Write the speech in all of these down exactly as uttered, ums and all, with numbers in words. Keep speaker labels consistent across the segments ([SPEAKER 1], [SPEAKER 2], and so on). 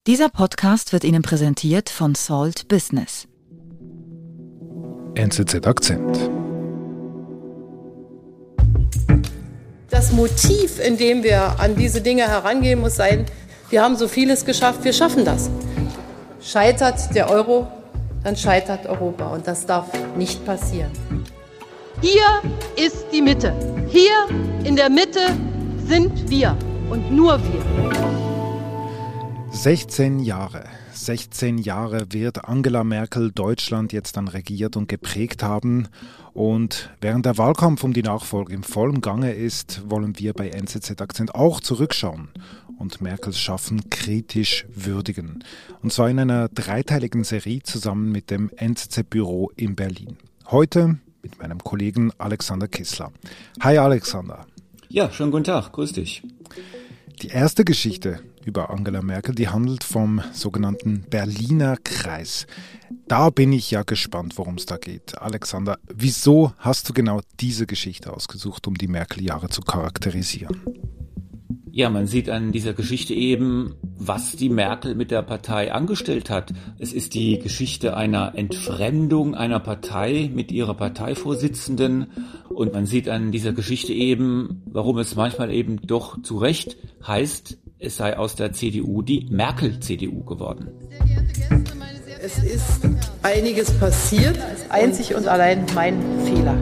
[SPEAKER 1] Dieser Podcast wird Ihnen präsentiert von Salt Business.
[SPEAKER 2] N Z Z Akzent.
[SPEAKER 3] Das Motiv, in dem wir an diese Dinge herangehen, muss sein, wir haben so vieles geschafft, wir schaffen das. Scheitert der Euro, dann scheitert Europa und das darf nicht passieren.
[SPEAKER 4] Hier ist die Mitte. Hier in der Mitte sind wir und nur wir.
[SPEAKER 2] sechzehn Jahre. sechzehn Jahre wird Angela Merkel Deutschland jetzt dann regiert und geprägt haben. Und während der Wahlkampf um die Nachfolge im vollen Gange ist, wollen wir bei N Z Z Akzent auch zurückschauen und Merkels Schaffen kritisch würdigen. Und zwar in einer dreiteiligen Serie zusammen mit dem N Z Z-Büro in Berlin. Heute mit meinem Kollegen Alexander Kissler. Hi Alexander.
[SPEAKER 5] Ja, schönen guten Tag, grüß dich.
[SPEAKER 2] Die erste Geschichte über Angela Merkel, die handelt vom sogenannten Berliner Kreis. Da bin ich ja gespannt, worum es da geht. Alexander, wieso hast du genau diese Geschichte ausgesucht, um die Merkel-Jahre zu charakterisieren?
[SPEAKER 5] Ja, man sieht an dieser Geschichte eben, was die Merkel mit der Partei angestellt hat. Es ist die Geschichte einer Entfremdung einer Partei mit ihrer Parteivorsitzenden. Und man sieht an dieser Geschichte eben, warum es manchmal eben doch zu Recht heißt, es sei aus der C D U die Merkel-C D U geworden.
[SPEAKER 3] Es ist einiges passiert, einzig und allein mein Fehler.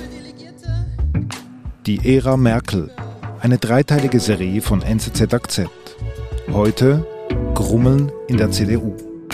[SPEAKER 2] Die Ära Merkel. Eine dreiteilige Serie von N Z Z Akzent. Heute Grummeln in der C D U.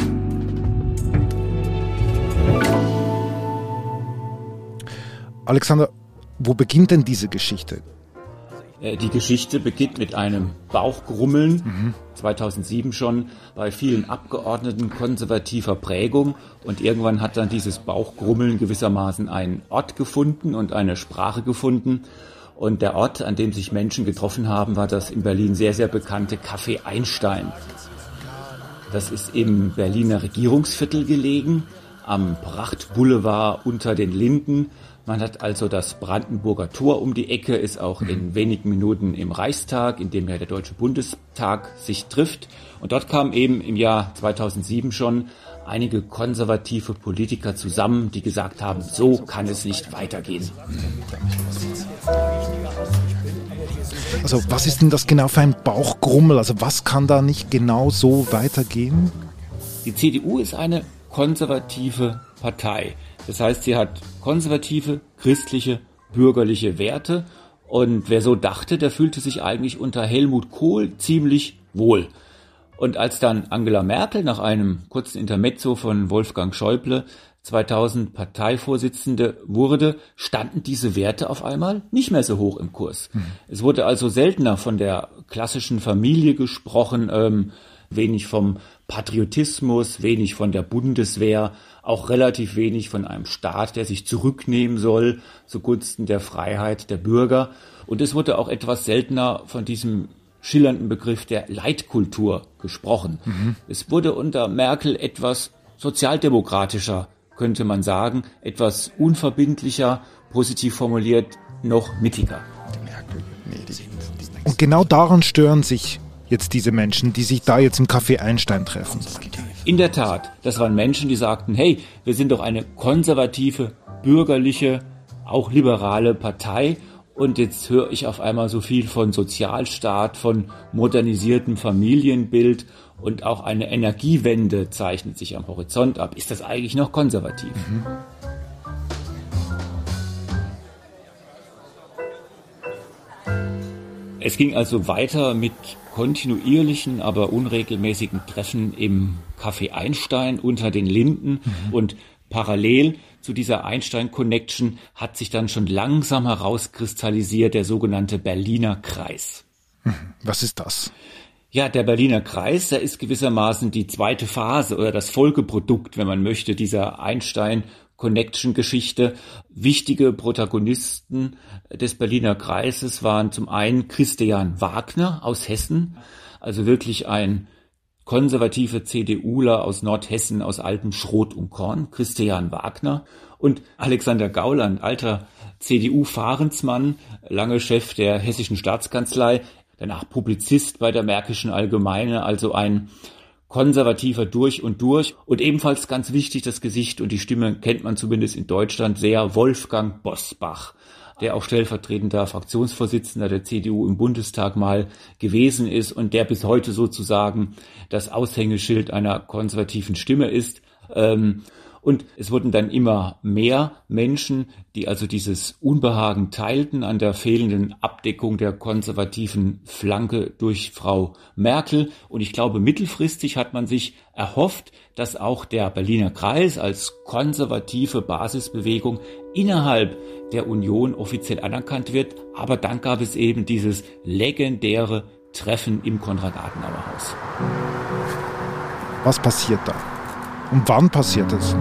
[SPEAKER 2] Alexander, wo beginnt denn diese Geschichte?
[SPEAKER 5] Die Geschichte beginnt mit einem Bauchgrummeln, mhm. zweitausendsieben schon, bei vielen Abgeordneten konservativer Prägung. Und irgendwann hat dann dieses Bauchgrummeln gewissermaßen einen Ort gefunden und eine Sprache gefunden. Und der Ort, an dem sich Menschen getroffen haben, war das in Berlin sehr, sehr bekannte Café Einstein. Das ist im Berliner Regierungsviertel gelegen, am Prachtboulevard unter den Linden. Man hat also das Brandenburger Tor um die Ecke, ist auch in wenigen Minuten im Reichstag, in dem ja der Deutsche Bundestag sich trifft. Und dort kamen eben im Jahr zweitausendsieben schon einige konservative Politiker zusammen, die gesagt haben, so kann es nicht weitergehen.
[SPEAKER 2] Also was ist denn das genau für ein Bauchgrummel? Also was kann da nicht genau so weitergehen?
[SPEAKER 5] Die C D U ist eine konservative Partei. Das heißt, sie hat konservative, christliche, bürgerliche Werte. Und wer so dachte, der fühlte sich eigentlich unter Helmut Kohl ziemlich wohl. Und als dann Angela Merkel nach einem kurzen Intermezzo von Wolfgang Schäuble zweitausend Parteivorsitzende wurde, standen diese Werte auf einmal nicht mehr so hoch im Kurs. Hm. Es wurde also seltener von der klassischen Familie gesprochen, ähm, wenig vom Patriotismus, wenig von der Bundeswehr, auch relativ wenig von einem Staat, der sich zurücknehmen soll zugunsten der Freiheit der Bürger. Und es wurde auch etwas seltener von diesem schillernden Begriff der Leitkultur gesprochen. Mhm. Es wurde unter Merkel etwas sozialdemokratischer, könnte man sagen, etwas unverbindlicher, positiv formuliert, noch mittiger.
[SPEAKER 2] Und genau daran stören sich jetzt diese Menschen, die sich da jetzt im Café Einstein treffen.
[SPEAKER 5] In der Tat, das waren Menschen, die sagten, hey, wir sind doch eine konservative, bürgerliche, auch liberale Partei und jetzt höre ich auf einmal so viel von Sozialstaat, von modernisiertem Familienbild und auch eine Energiewende zeichnet sich am Horizont ab. Ist das eigentlich noch konservativ? Mhm. Es ging also weiter mit kontinuierlichen, aber unregelmäßigen Treffen im Café Einstein unter den Linden. Mhm. Und parallel zu dieser Einstein-Connection hat sich dann schon langsam herauskristallisiert der sogenannte Berliner Kreis.
[SPEAKER 2] Was ist das?
[SPEAKER 5] Ja, der Berliner Kreis, der ist gewissermaßen die zweite Phase oder das Folgeprodukt, wenn man möchte, dieser Einstein-Connection-Geschichte. Wichtige Protagonisten des Berliner Kreises waren zum einen Christian Wagner aus Hessen, also wirklich ein konservative CDUler aus Nordhessen, aus altem Schrot und Korn, Christian Wagner, und Alexander Gauland, alter C D U-Fahrensmann, lange Chef der Hessischen Staatskanzlei, danach Publizist bei der Märkischen Allgemeine, also ein Konservativer durch und durch und ebenfalls ganz wichtig, das Gesicht und die Stimme kennt man zumindest in Deutschland sehr, Wolfgang Bosbach, der auch stellvertretender Fraktionsvorsitzender der C D U im Bundestag mal gewesen ist und der bis heute sozusagen das Aushängeschild einer konservativen Stimme ist. Und es wurden dann immer mehr Menschen, die also dieses Unbehagen teilten an der fehlenden Abdeckung der konservativen Flanke durch Frau Merkel. Und ich glaube, mittelfristig hat man sich erhofft, dass auch der Berliner Kreis als konservative Basisbewegung innerhalb der Union offiziell anerkannt wird. Aber dann gab es eben dieses legendäre Treffen im Konrad-Adenauer-Haus.
[SPEAKER 2] Was passiert da? Und wann passiert es?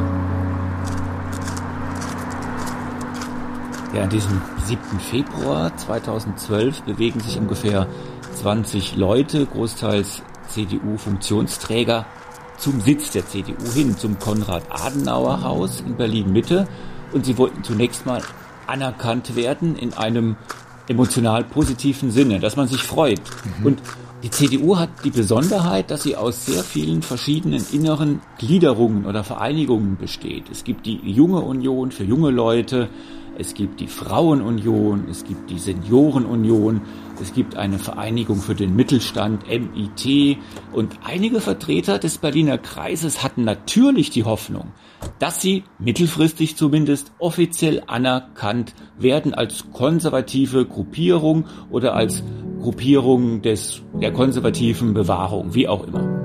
[SPEAKER 5] Ja, an diesem siebten Februar zweitausendzwölf bewegen sich ungefähr zwanzig Leute, großteils C D U-Funktionsträger, zum Sitz der C D U hin, zum Konrad-Adenauer-Haus in Berlin-Mitte. Und sie wollten zunächst mal anerkannt werden in einem emotional positiven Sinne, dass man sich freut. Mhm. Und die C D U hat die Besonderheit, dass sie aus sehr vielen verschiedenen inneren Gliederungen oder Vereinigungen besteht. Es gibt die Junge Union für junge Leute, es gibt die Frauenunion, es gibt die Seniorenunion, es gibt eine Vereinigung für den Mittelstand, M I T, und einige Vertreter des Berliner Kreises hatten natürlich die Hoffnung, dass sie mittelfristig zumindest offiziell anerkannt werden als konservative Gruppierung oder als Gruppierung des, der konservativen Bewahrung, wie auch immer.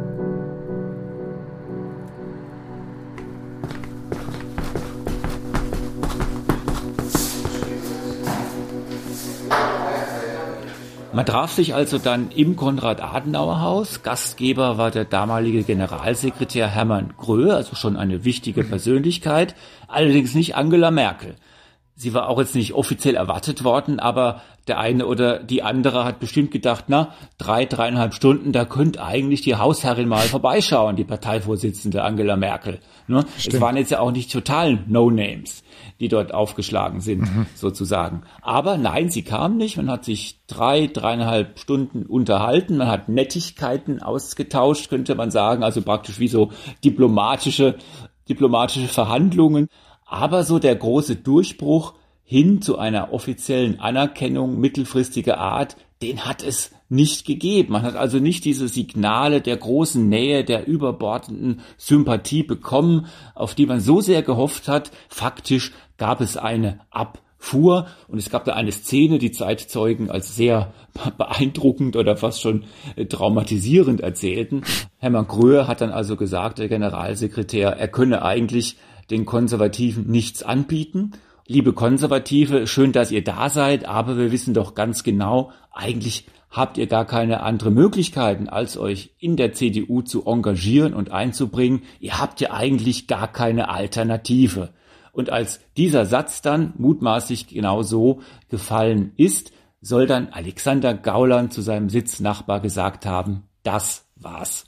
[SPEAKER 5] Man traf sich also dann im Konrad-Adenauer-Haus. Gastgeber war der damalige Generalsekretär Hermann Gröhe, also schon eine wichtige Persönlichkeit, allerdings nicht Angela Merkel. Sie war auch jetzt nicht offiziell erwartet worden, aber der eine oder die andere hat bestimmt gedacht, na, drei, dreieinhalb Stunden, da könnte eigentlich die Hausherrin mal vorbeischauen, die Parteivorsitzende Angela Merkel. Ne? Es waren jetzt ja auch nicht totalen No-Names, die dort aufgeschlagen sind, mhm. sozusagen. Aber nein, sie kam nicht. Man hat sich drei, dreieinhalb Stunden unterhalten. Man hat Nettigkeiten ausgetauscht, könnte man sagen. Also praktisch wie so diplomatische, diplomatische Verhandlungen. Aber so der große Durchbruch hin zu einer offiziellen Anerkennung mittelfristiger Art, den hat es nicht gegeben. Man hat also nicht diese Signale der großen Nähe, der überbordenden Sympathie bekommen, auf die man so sehr gehofft hat. Faktisch gab es eine Abfuhr und es gab da eine Szene, die Zeitzeugen als sehr beeindruckend oder fast schon traumatisierend erzählten. Hermann Gröhe hat dann also gesagt, der Generalsekretär, er könne eigentlich den Konservativen nichts anbieten. Liebe Konservative, schön, dass ihr da seid, aber wir wissen doch ganz genau, eigentlich habt ihr gar keine andere Möglichkeiten, als euch in der C D U zu engagieren und einzubringen. Ihr habt ja eigentlich gar keine Alternative. Und als dieser Satz dann mutmaßlich genau so gefallen ist, soll dann Alexander Gauland zu seinem Sitznachbar gesagt haben, das war's.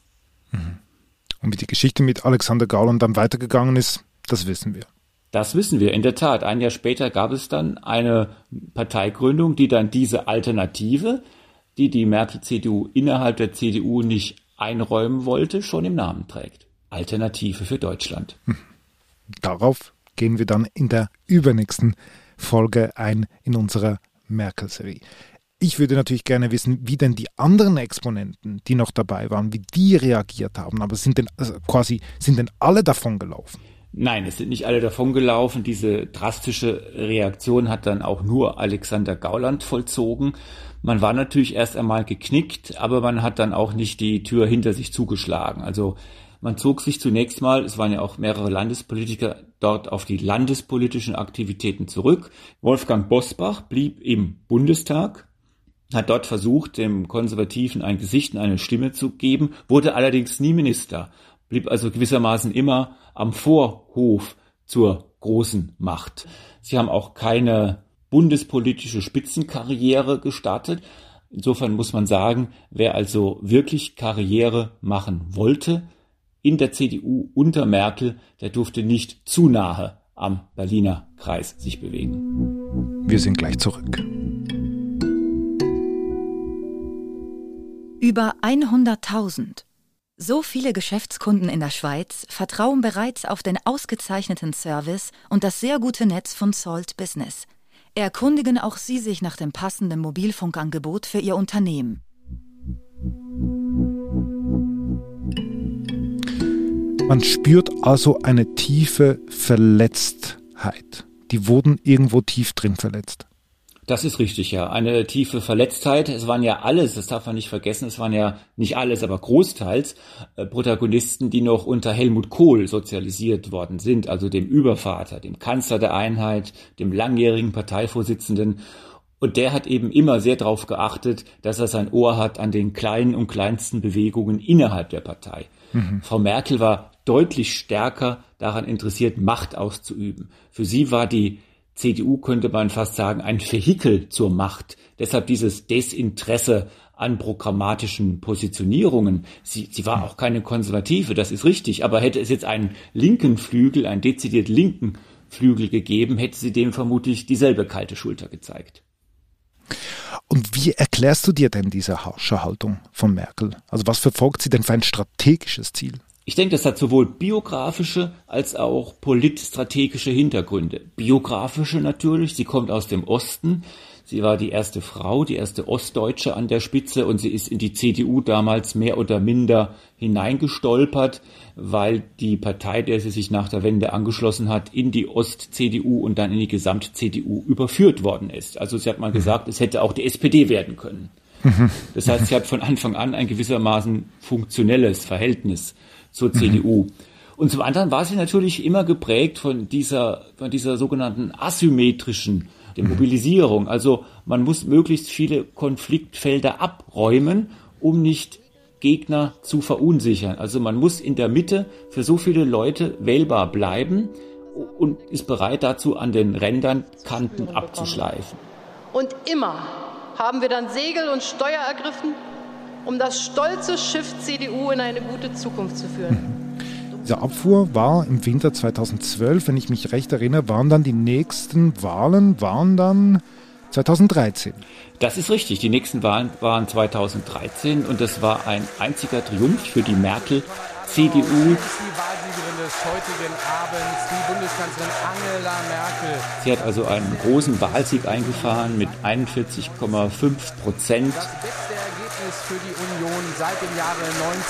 [SPEAKER 2] Und wie die Geschichte mit Alexander Gauland dann weitergegangen ist, das wissen wir.
[SPEAKER 5] Das wissen wir, in der Tat. Ein Jahr später gab es dann eine Parteigründung, die dann diese Alternative, die die Merkel-C D U innerhalb der C D U nicht einräumen wollte, schon im Namen trägt. Alternative für Deutschland.
[SPEAKER 2] Darauf gehen wir dann in der übernächsten Folge ein in unserer Merkel-Serie. Ich würde natürlich gerne wissen, wie denn die anderen Exponenten, die noch dabei waren, wie die reagiert haben. Aber sind denn also quasi sind denn alle davon gelaufen?
[SPEAKER 5] Nein, es sind nicht alle davongelaufen. Diese drastische Reaktion hat dann auch nur Alexander Gauland vollzogen. Man war natürlich erst einmal geknickt, aber man hat dann auch nicht die Tür hinter sich zugeschlagen. Also man zog sich zunächst mal, es waren ja auch mehrere Landespolitiker dort, auf die landespolitischen Aktivitäten zurück. Wolfgang Bosbach blieb im Bundestag, hat dort versucht, dem Konservativen ein Gesicht und eine Stimme zu geben, wurde allerdings nie Minister, blieb also gewissermaßen immer am Vorhof zur großen Macht. Sie haben auch keine bundespolitische Spitzenkarriere gestartet. Insofern muss man sagen, wer also wirklich Karriere machen wollte in der C D U unter Merkel, der durfte nicht zu nahe am Berliner Kreis sich bewegen.
[SPEAKER 2] Wir sind gleich zurück.
[SPEAKER 1] Über hunderttausend. So viele Geschäftskunden in der Schweiz vertrauen bereits auf den ausgezeichneten Service und das sehr gute Netz von Salt Business. Erkundigen auch Sie sich nach dem passenden Mobilfunkangebot für Ihr Unternehmen.
[SPEAKER 2] Man spürt also eine tiefe Verletztheit. Die wurden irgendwo tief drin verletzt.
[SPEAKER 5] Das ist richtig, ja. Eine tiefe Verletztheit. Es waren ja alles, das darf man nicht vergessen, es waren ja nicht alles, aber großteils äh, Protagonisten, die noch unter Helmut Kohl sozialisiert worden sind, also dem Übervater, dem Kanzler der Einheit, dem langjährigen Parteivorsitzenden. Und der hat eben immer sehr darauf geachtet, dass er sein Ohr hat an den kleinen und kleinsten Bewegungen innerhalb der Partei. Mhm. Frau Merkel war deutlich stärker daran interessiert, Macht auszuüben. Für sie war die C D U, könnte man fast sagen, ein Vehikel zur Macht. Deshalb dieses Desinteresse an programmatischen Positionierungen. Sie, sie war auch keine Konservative, das ist richtig. Aber hätte es jetzt einen linken Flügel, einen dezidiert linken Flügel gegeben, hätte sie dem vermutlich dieselbe kalte Schulter gezeigt.
[SPEAKER 2] Und wie erklärst du dir denn diese harsche Haltung von Merkel? Also was verfolgt sie denn für ein strategisches Ziel?
[SPEAKER 5] Ich denke, das hat sowohl biografische als auch politstrategische Hintergründe. Biografische natürlich, sie kommt aus dem Osten. Sie war die erste Frau, die erste Ostdeutsche an der Spitze und sie ist in die C D U damals mehr oder minder hineingestolpert, weil die Partei, der sie sich nach der Wende angeschlossen hat, in die Ost-C D U und dann in die Gesamt-C D U überführt worden ist. Also sie hat mal gesagt, es hätte auch die S P D werden können. Das heißt, sie hat von Anfang an ein gewissermaßen funktionelles Verhältnis zur C D U. Und zum anderen war sie natürlich immer geprägt von dieser, von dieser sogenannten asymmetrischen Demobilisierung. Also man muss möglichst viele Konfliktfelder abräumen, um nicht Gegner zu verunsichern. Also man muss in der Mitte für so viele Leute wählbar bleiben und ist bereit dazu, an den Rändern Kanten abzuschleifen.
[SPEAKER 4] Und immer haben wir dann Segel und Steuer ergriffen, um das stolze Schiff C D U in eine gute Zukunft zu führen.
[SPEAKER 2] Diese Abfuhr war im Winter zweitausendzwölf, wenn ich mich recht erinnere, waren dann die nächsten Wahlen, waren dann zweitausenddreizehn.
[SPEAKER 5] Das ist richtig, die nächsten Wahlen waren zweitausenddreizehn und das war ein einziger Triumph für die Merkel-C D U.
[SPEAKER 6] Die Wahlsiegerin des heutigen Abends, die Bundeskanzlerin Angela Merkel.
[SPEAKER 5] Sie hat also einen großen Wahlsieg eingefahren mit einundvierzig Komma fünf Prozent.
[SPEAKER 6] Das beste Ergebnis für die Union seit dem Jahre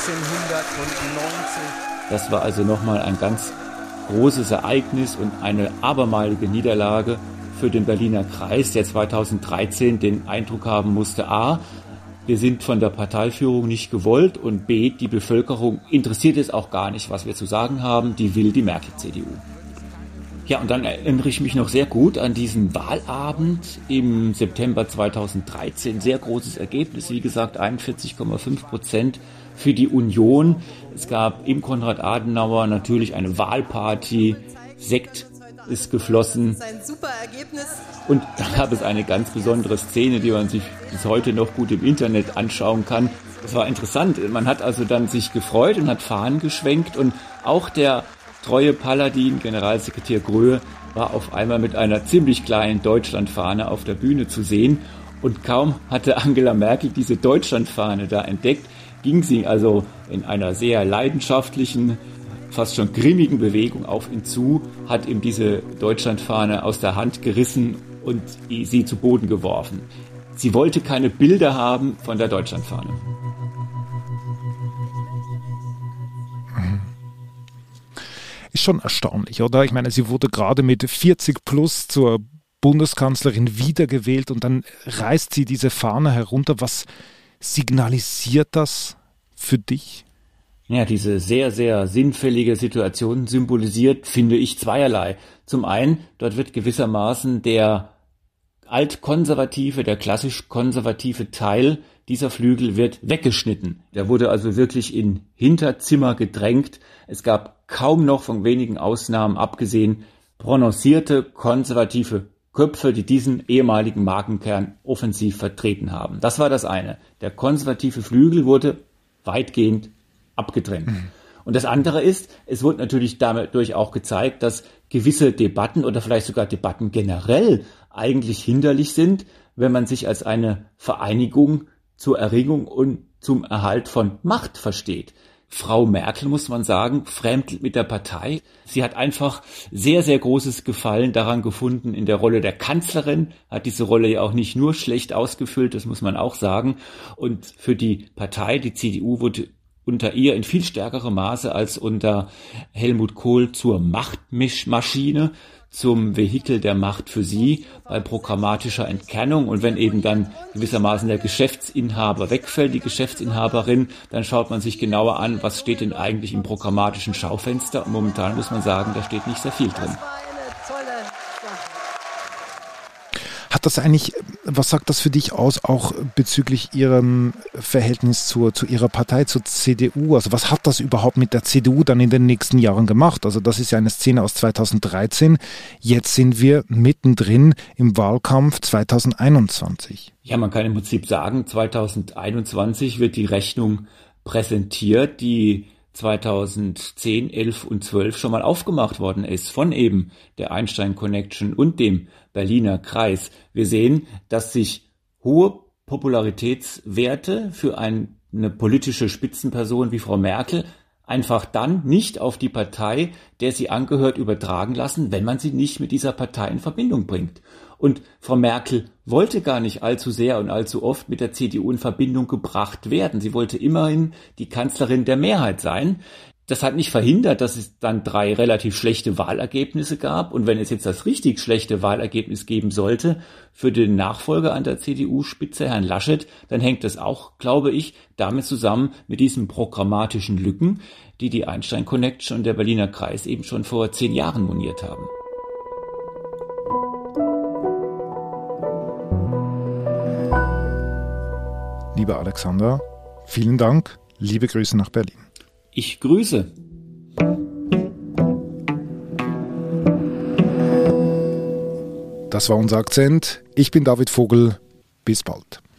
[SPEAKER 6] neunzehnhundertneunzig.
[SPEAKER 5] Das war also nochmal ein ganz großes Ereignis und eine abermalige Niederlage für den Berliner Kreis, der zweitausenddreizehn den Eindruck haben musste, a, wir sind von der Parteiführung nicht gewollt und b, die Bevölkerung interessiert es auch gar nicht, was wir zu sagen haben, die will die Merkel-C D U. Ja, und dann erinnere ich mich noch sehr gut an diesen Wahlabend im September zweitausenddreizehn. Sehr großes Ergebnis, wie gesagt, einundvierzig Komma fünf Prozent für die Union. Es gab im Konrad-Adenauer natürlich eine Wahlparty, Sekt ist geflossen.
[SPEAKER 3] Das ist ein super Ergebnis.
[SPEAKER 5] Und da gab es eine ganz besondere Szene, die man sich bis heute noch gut im Internet anschauen kann. Das war interessant. Man hat also dann sich gefreut und hat Fahnen geschwenkt und auch der treue Paladin, Generalsekretär Gröhe, war auf einmal mit einer ziemlich kleinen Deutschlandfahne auf der Bühne zu sehen. Und kaum hatte Angela Merkel diese Deutschlandfahne da entdeckt, ging sie also in einer sehr leidenschaftlichen, fast schon grimmigen Bewegung auf ihn zu, hat ihm diese Deutschlandfahne aus der Hand gerissen und sie zu Boden geworfen. Sie wollte keine Bilder haben von der Deutschlandfahne.
[SPEAKER 2] Ist schon erstaunlich, oder? Ich meine, sie wurde gerade mit vierzig plus zur Bundeskanzlerin wiedergewählt und dann reißt sie diese Fahne herunter. Was signalisiert das für dich?
[SPEAKER 5] Ja, diese sehr, sehr sinnfällige Situation symbolisiert, finde ich, zweierlei. Zum einen, dort wird gewissermaßen der altkonservative, der klassisch konservative Teil dieser Flügel wird weggeschnitten. Der wurde also wirklich in Hinterzimmer gedrängt. Es gab kaum noch, von wenigen Ausnahmen abgesehen, prononcierte konservative Köpfe, die diesen ehemaligen Markenkern offensiv vertreten haben. Das war das eine. Der konservative Flügel wurde weitgehend abgetrennt. Mhm. Und das andere ist, es wurde natürlich dadurch auch gezeigt, dass gewisse Debatten oder vielleicht sogar Debatten generell eigentlich hinderlich sind, wenn man sich als eine Vereinigung zur Erringung und zum Erhalt von Macht versteht. Frau Merkel, muss man sagen, fremdelt mit der Partei. Sie hat einfach sehr, sehr großes Gefallen daran gefunden in der Rolle der Kanzlerin, hat diese Rolle ja auch nicht nur schlecht ausgefüllt, das muss man auch sagen. Und für die Partei, die C D U, wurde unter ihr in viel stärkerem Maße als unter Helmut Kohl zur Machtmaschine, zum Vehikel der Macht für sie bei programmatischer Entkernung. Und wenn eben dann gewissermaßen der Geschäftsinhaber wegfällt, die Geschäftsinhaberin, dann schaut man sich genauer an, was steht denn eigentlich im programmatischen Schaufenster. Und momentan muss man sagen, da steht nicht sehr viel drin.
[SPEAKER 2] Hat das eigentlich, was sagt das für dich aus, auch bezüglich Ihrem Verhältnis zur, zu Ihrer Partei, zur C D U? Also was hat das überhaupt mit der C D U dann in den nächsten Jahren gemacht? Also das ist ja eine Szene aus zweitausenddreizehn. Jetzt sind wir mittendrin im Wahlkampf zweitausendeinundzwanzig.
[SPEAKER 5] Ja, man kann im Prinzip sagen, zweitausendeinundzwanzig wird die Rechnung präsentiert, die zweitausendzehn, elf und zwölf schon mal aufgemacht worden ist von eben der Einstein Connection und dem Berliner Kreis. Wir sehen, dass sich hohe Popularitätswerte für ein, eine politische Spitzenperson wie Frau Merkel einfach dann nicht auf die Partei, der sie angehört, übertragen lassen, wenn man sie nicht mit dieser Partei in Verbindung bringt. Und Frau Merkel wollte gar nicht allzu sehr und allzu oft mit der C D U in Verbindung gebracht werden. Sie wollte immerhin die Kanzlerin der Mehrheit sein. Das hat nicht verhindert, dass es dann drei relativ schlechte Wahlergebnisse gab. Und wenn es jetzt das richtig schlechte Wahlergebnis geben sollte für den Nachfolger an der C D U-Spitze, Herrn Laschet, dann hängt das auch, glaube ich, damit zusammen mit diesen programmatischen Lücken, die die Einstein Connection und der Berliner Kreis eben schon vor zehn Jahren moniert haben.
[SPEAKER 2] Lieber Alexander, vielen Dank. Liebe Grüße nach Berlin.
[SPEAKER 5] Ich grüße.
[SPEAKER 2] Das war unser Akzent. Ich bin David Vogel. Bis bald.